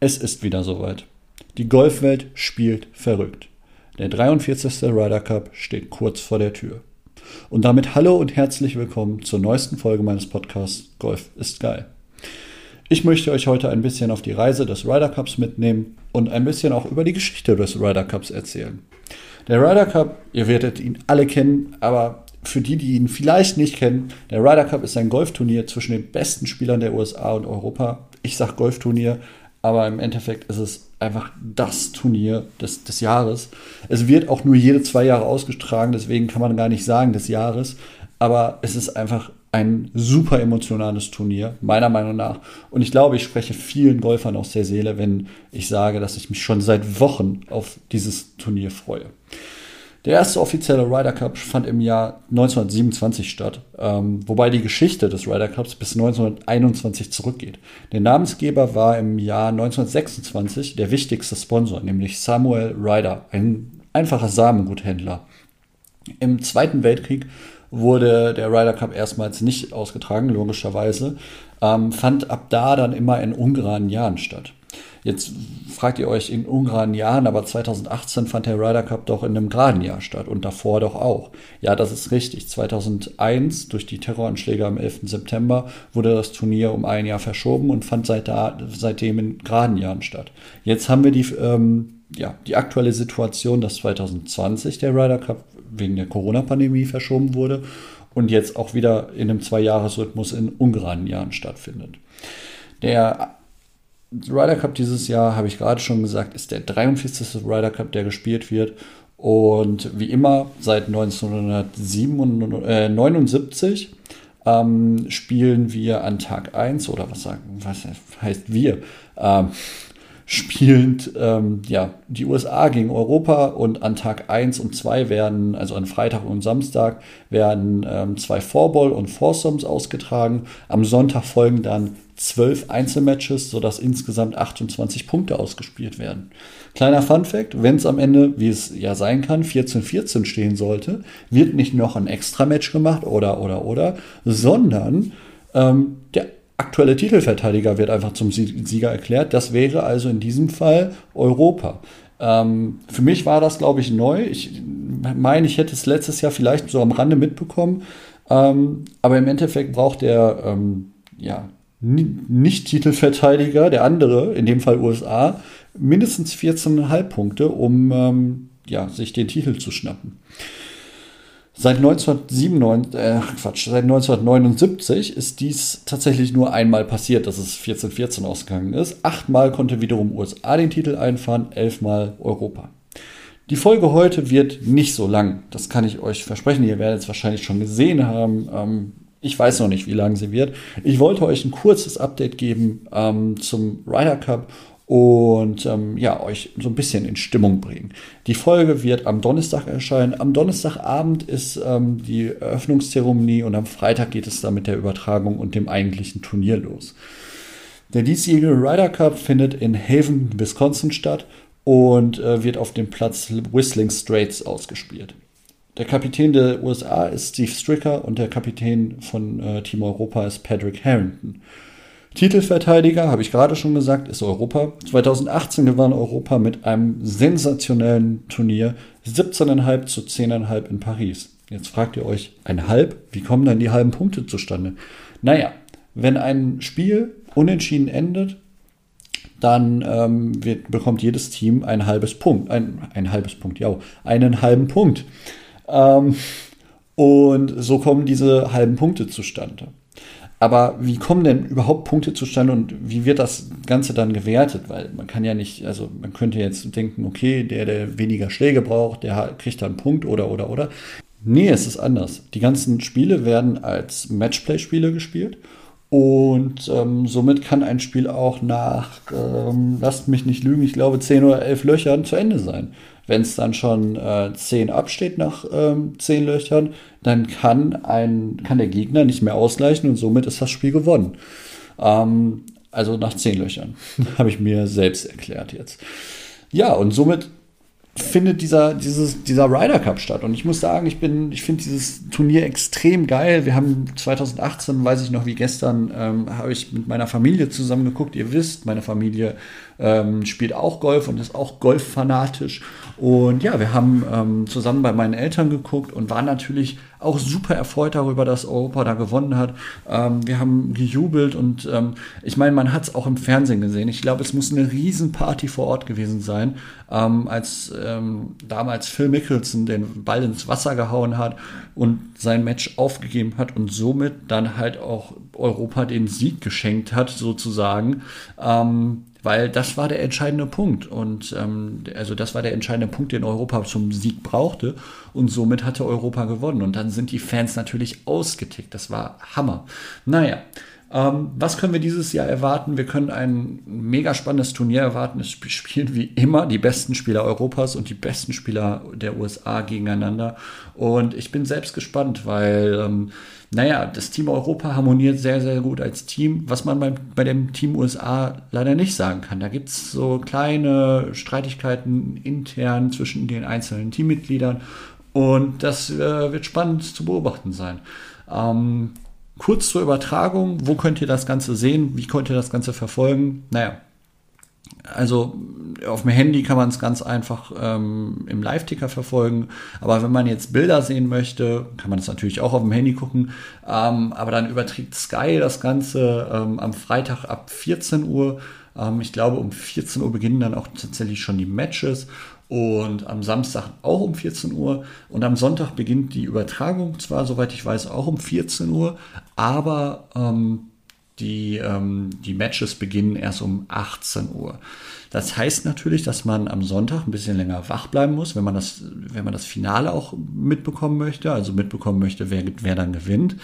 Es ist wieder soweit. Die Golfwelt spielt verrückt. Der 43. Ryder Cup steht kurz vor der Tür. Und damit hallo und herzlich willkommen zur neuesten Folge meines Podcasts Golf ist geil. Ich möchte euch heute ein bisschen auf die Reise des Ryder Cups mitnehmen und ein bisschen auch über die Geschichte des Ryder Cups erzählen. Der Ryder Cup, ihr werdet ihn alle kennen, aber für die ihn vielleicht nicht kennen, der Ryder Cup ist ein Golfturnier zwischen den besten Spielern der USA und Europa. Ich sage Golfturnier, aber im Endeffekt ist es einfach das Turnier des Jahres. Es wird auch nur jede 2 Jahre ausgetragen, deswegen kann man gar nicht sagen des Jahres. Aber es ist einfach ein super emotionales Turnier, meiner Meinung nach. Und ich glaube, ich spreche vielen Golfern aus der Seele, wenn ich sage, dass ich mich schon seit Wochen auf dieses Turnier freue. Der erste offizielle Ryder Cup fand im Jahr 1927 statt, wobei die Geschichte des Ryder Cups bis 1921 zurückgeht. Der Namensgeber war im Jahr 1926 der wichtigste Sponsor, nämlich Samuel Ryder, ein einfacher Samenguthändler. Im Zweiten Weltkrieg wurde der Ryder Cup erstmals nicht ausgetragen, logischerweise, fand ab da dann immer in ungeraden Jahren statt. Jetzt fragt ihr euch in ungeraden Jahren, aber 2018 fand der Ryder Cup doch in einem geraden Jahr statt und davor doch auch. Ja, das ist richtig. 2001 durch die Terroranschläge am 11. September wurde das Turnier um ein Jahr verschoben und fand seitdem in geraden Jahren statt. Jetzt haben wir die aktuelle Situation, dass 2020 der Ryder Cup wegen der Corona-Pandemie verschoben wurde und jetzt auch wieder in einem 2-Jahres-Rhythmus in ungeraden Jahren stattfindet. Der Ryder Cup dieses Jahr, habe ich gerade schon gesagt, ist der 43. Ryder Cup, der gespielt wird. Und wie immer, seit 1979 spielen wir an Tag 1, oder was heißt wir, spielend die USA gegen Europa, und an Tag 1 und 2 werden, also an Freitag und Samstag, werden 2 Four-Ball und Foursomes ausgetragen. Am Sonntag folgen dann 12 Einzelmatches, sodass insgesamt 28 Punkte ausgespielt werden. Kleiner Funfact: Wenn es am Ende, wie es ja sein kann, 14-14 stehen sollte, wird nicht noch ein Extra-Match gemacht oder, sondern der aktuelle Titelverteidiger wird einfach zum Sieger erklärt. Das wäre also in diesem Fall Europa. Für mich war das, glaube ich, neu. Ich meine, ich hätte es letztes Jahr vielleicht so am Rande mitbekommen. Aber im Endeffekt braucht der Nicht-Titelverteidiger, der andere, in dem Fall USA, mindestens 14,5 Punkte, um sich den Titel zu schnappen. Seit 1979 ist dies tatsächlich nur einmal passiert, dass es 14-14 ausgegangen ist. 8-mal konnte wiederum USA den Titel einfahren, 11-mal Europa. Die Folge heute wird nicht so lang, das kann ich euch versprechen. Ihr werdet es wahrscheinlich schon gesehen haben. Ich weiß noch nicht, wie lang sie wird. Ich wollte euch ein kurzes Update geben zum Ryder Cup und euch so ein bisschen in Stimmung bringen. Die Folge wird am Donnerstag erscheinen. Am Donnerstagabend ist die Eröffnungszeremonie und am Freitag geht es dann mit der Übertragung und dem eigentlichen Turnier los. Der diesjährige Ryder Cup findet in Haven, Wisconsin statt und wird auf dem Platz Whistling Straits ausgespielt. Der Kapitän der USA ist Steve Stricker und der Kapitän von Team Europa ist Patrick Harrington. Titelverteidiger, habe ich gerade schon gesagt, ist Europa. 2018 gewann Europa mit einem sensationellen Turnier 17,5 zu 10,5 in Paris. Jetzt fragt ihr euch, ein Halb? Wie kommen dann die halben Punkte zustande? Naja, wenn ein Spiel unentschieden endet, dann bekommt jedes Team einen halben Punkt. Und so kommen diese halben Punkte zustande. Aber wie kommen denn überhaupt Punkte zustande und wie wird das Ganze dann gewertet? Weil man kann ja nicht, also man könnte jetzt denken, okay, der weniger Schläge braucht, der kriegt dann einen Punkt oder. Nee, es ist anders. Die ganzen Spiele werden als Matchplay-Spiele gespielt und somit kann ein Spiel auch nach, lasst mich nicht lügen, ich glaube 10 oder 11 Löchern zu Ende sein. Wenn es dann schon 10 absteht nach 10 Löchern, dann kann der Gegner nicht mehr ausgleichen und somit ist das Spiel gewonnen. Also nach 10 Löchern, habe ich mir selbst erklärt jetzt. Ja, und somit findet dieser Ryder Cup statt. Und ich muss sagen, ich finde dieses Turnier extrem geil. Wir haben 2018, weiß ich noch wie gestern, habe ich mit meiner Familie zusammen geguckt. Ihr wisst, meine Familie spielt auch Golf und ist auch golffanatisch. Und ja, wir haben zusammen bei meinen Eltern geguckt und waren natürlich auch super erfreut darüber, dass Europa da gewonnen hat. Wir haben gejubelt und ich meine, man hat es auch im Fernsehen gesehen. Ich glaube, es muss eine Riesenparty vor Ort gewesen sein, als damals Phil Mickelson den Ball ins Wasser gehauen hat und sein Match aufgegeben hat und somit dann halt auch Europa den Sieg geschenkt hat, sozusagen. Weil das war der entscheidende Punkt. Und also das war der entscheidende Punkt, den Europa zum Sieg brauchte. Und somit hatte Europa gewonnen. Und dann sind die Fans natürlich ausgetickt. Das war Hammer. Naja, was können wir dieses Jahr erwarten? Wir können ein mega spannendes Turnier erwarten. Es spielen wie immer die besten Spieler Europas und die besten Spieler der USA gegeneinander. Und ich bin selbst gespannt, weil das Team Europa harmoniert sehr, sehr gut als Team, was man bei dem Team USA leider nicht sagen kann. Da gibt es so kleine Streitigkeiten intern zwischen den einzelnen Teammitgliedern und das wird spannend zu beobachten sein. Kurz zur Übertragung, wo könnt ihr das Ganze sehen? Wie könnt ihr das Ganze verfolgen? Naja, also auf dem Handy kann man es ganz einfach im Live-Ticker verfolgen. Aber wenn man jetzt Bilder sehen möchte, kann man das natürlich auch auf dem Handy gucken. Aber dann überträgt Sky das Ganze am Freitag ab 14 Uhr. Ich glaube, um 14 Uhr beginnen dann auch tatsächlich schon die Matches. Und am Samstag auch um 14 Uhr. Und am Sonntag beginnt die Übertragung zwar, soweit ich weiß, auch um 14 Uhr. Aber die Matches beginnen erst um 18 Uhr. Das heißt natürlich, dass man am Sonntag ein bisschen länger wach bleiben muss, wenn man das Finale auch mitbekommen möchte, wer dann gewinnt.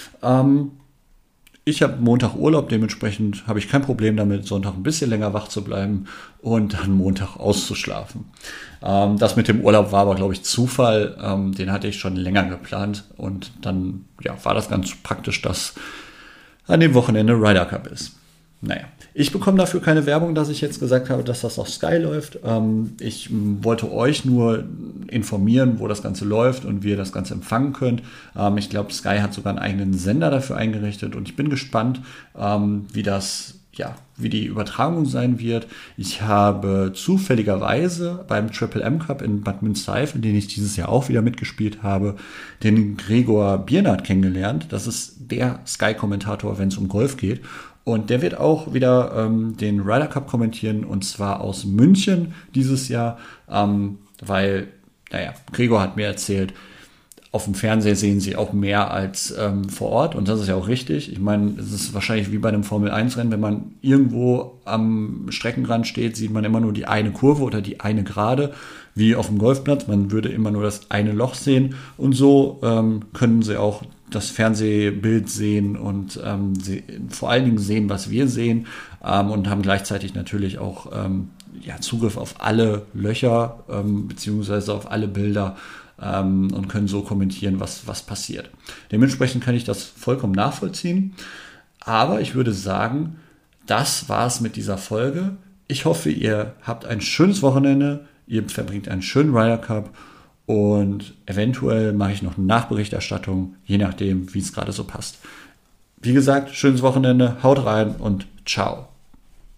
Ich habe Montag Urlaub, dementsprechend habe ich kein Problem damit, Sonntag ein bisschen länger wach zu bleiben und dann Montag auszuschlafen. Das mit dem Urlaub war aber, glaube ich, Zufall. Den hatte ich schon länger geplant und dann war das ganz praktisch, dass an dem Wochenende Ryder Cup ist. Naja, ich bekomme dafür keine Werbung, dass ich jetzt gesagt habe, dass das auf Sky läuft. Ich wollte euch nur informieren, wo das Ganze läuft und wie ihr das Ganze empfangen könnt. Ich glaube, Sky hat sogar einen eigenen Sender dafür eingerichtet und ich bin gespannt, wie die Übertragung sein wird. Ich habe zufälligerweise beim Triple M Cup in Bad Münstereifel, den ich dieses Jahr auch wieder mitgespielt habe, den Gregor Biernat kennengelernt. Das ist der Sky-Kommentator, wenn es um Golf geht. Und der wird auch wieder den Ryder Cup kommentieren und zwar aus München dieses Jahr, weil, Gregor hat mir erzählt, auf dem Fernseher sehen sie auch mehr als vor Ort und das ist ja auch richtig. Ich meine, es ist wahrscheinlich wie bei einem Formel-1-Rennen, wenn man irgendwo am Streckenrand steht, sieht man immer nur die eine Kurve oder die eine Gerade, wie auf dem Golfplatz. Man würde immer nur das eine Loch sehen und so können sie auch das Fernsehbild sehen und vor allen Dingen sehen, was wir sehen und haben gleichzeitig natürlich auch Zugriff auf alle Löcher beziehungsweise auf alle Bilder und können so kommentieren, was passiert. Dementsprechend kann ich das vollkommen nachvollziehen, aber ich würde sagen, das war's mit dieser Folge. Ich hoffe, ihr habt ein schönes Wochenende, ihr verbringt einen schönen Ryder Cup und eventuell mache ich noch eine Nachberichterstattung, je nachdem, wie es gerade so passt. Wie gesagt, schönes Wochenende, haut rein und ciao.